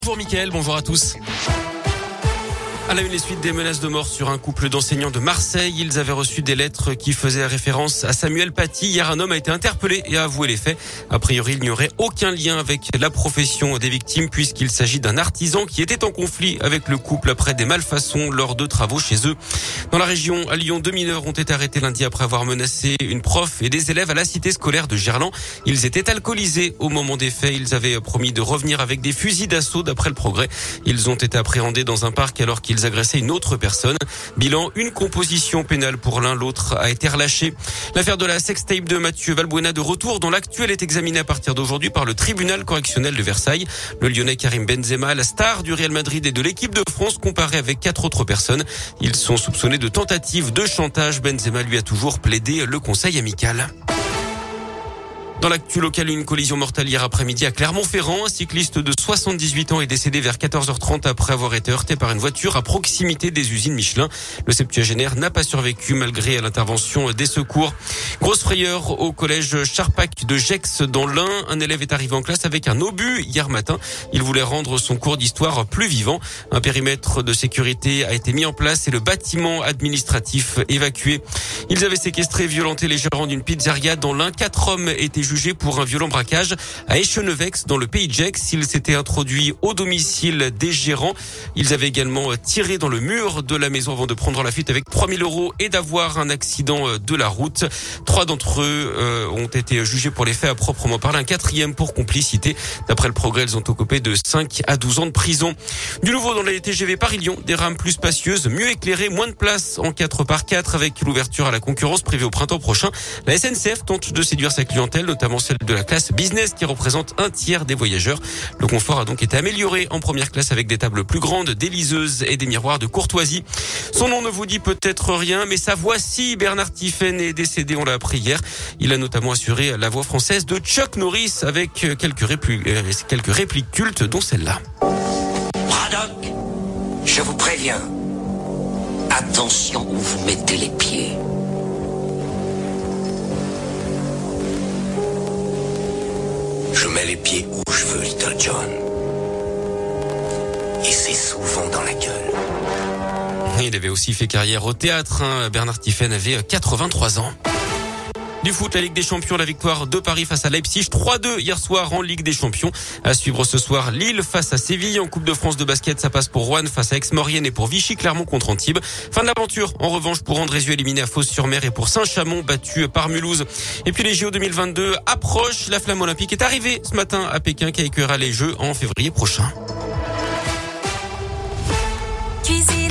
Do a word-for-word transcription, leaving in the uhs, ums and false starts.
Bonjour Mickaël, bonjour à tous. À la une, les suites des menaces de mort sur un couple d'enseignants de Marseille. Ils avaient reçu des lettres qui faisaient référence à Samuel Paty. Hier, un homme a été interpellé et a avoué les faits. A priori, il n'y aurait aucun lien avec la profession des victimes puisqu'il s'agit d'un artisan qui était en conflit avec le couple après des malfaçons lors de travaux chez eux. Dans la région, à Lyon, deux mineurs ont été arrêtés lundi après avoir menacé une prof et des élèves à la cité scolaire de Gerland. Ils étaient alcoolisés au moment des faits. Ils avaient promis de revenir avec des fusils d'assaut d'après le Progrès. Ils ont été appréhendés dans un parc alors qu'ils agressé une autre personne. Bilan, une composition pénale pour l'un, l'autre a été relâché. L'affaire de la sextape de Mathieu Valbuena de retour dans l'actu, elle est examinée à partir d'aujourd'hui par le tribunal correctionnel de Versailles. Le Lyonnais Karim Benzema, la star du Real Madrid et de l'équipe de France, comparé avec quatre autres personnes. Ils sont soupçonnés de tentative de chantage. Benzema lui a toujours plaidé le conseil amical. Dans l'actu locale, une collision mortelle hier après-midi à Clermont-Ferrand. Un cycliste de soixante-dix-huit ans est décédé vers quatorze heures trente après avoir été heurté par une voiture à proximité des usines Michelin. Le septuagénaire n'a pas survécu malgré l'intervention des secours. Grosse frayeur au collège Charpac de Gex dans l'Ain. Un élève est arrivé en classe avec un obus hier matin. Il voulait rendre son cours d'histoire plus vivant. Un périmètre de sécurité a été mis en place et le bâtiment administratif évacué. Ils avaient séquestré et violenté les gérants d'une pizzeria dans l'Ain. Quatre hommes étaient jugés pour un violent braquage à Echenevex dans le pays de Gex. Ils s'étaient introduits au domicile des gérants. Ils avaient également tiré dans le mur de la maison avant de prendre la fuite avec trois mille euros et d'avoir un accident de la route. Trois d'entre eux euh, ont été jugés pour les faits à proprement parler. Un quatrième pour complicité. D'après le Progrès, ils ont occupé de cinq à douze ans de prison. Du nouveau dans les T G V Paris-Lyon, des rames plus spacieuses, mieux éclairées, moins de place en quatre par quatre avec l'ouverture à la concurrence prévue au printemps prochain. La S N C F tente de séduire sa clientèle, notamment celle de la classe business qui représente un tiers des voyageurs. Le confort a donc été amélioré en première classe avec des tables plus grandes, des liseuses et des miroirs de courtoisie. Son nom ne vous dit peut-être rien, mais sa voix si, Bernard Tiphaine est décédé, on l'a appris hier. Il a notamment assuré la voix française de Chuck Norris avec quelques répliques, quelques répliques cultes, dont celle-là. Braddock, je vous préviens. Attention où vous mettez les pieds. Je mets les pieds où je veux, Little John. Et c'est souvent dans la gueule. Il avait aussi fait carrière au théâtre. Hein. Bernard Tiphaine avait quatre-vingt-trois ans. Du foot, la Ligue des Champions, la victoire de Paris face à Leipzig. trois deux hier soir en Ligue des Champions. À suivre ce soir, Lille face à Séville. En Coupe de France de basket, ça passe pour Rouen face à Aix-Maurienne et pour Vichy-Clermont contre Antibes. Fin de l'aventure, en revanche, pour Andrézieux éliminé à Fos-sur-Mer et pour Saint-Chamond battu par Mulhouse. Et puis les J O deux mille vingt-deux approchent. La flamme olympique est arrivée ce matin à Pékin qui accueillera les Jeux en février prochain.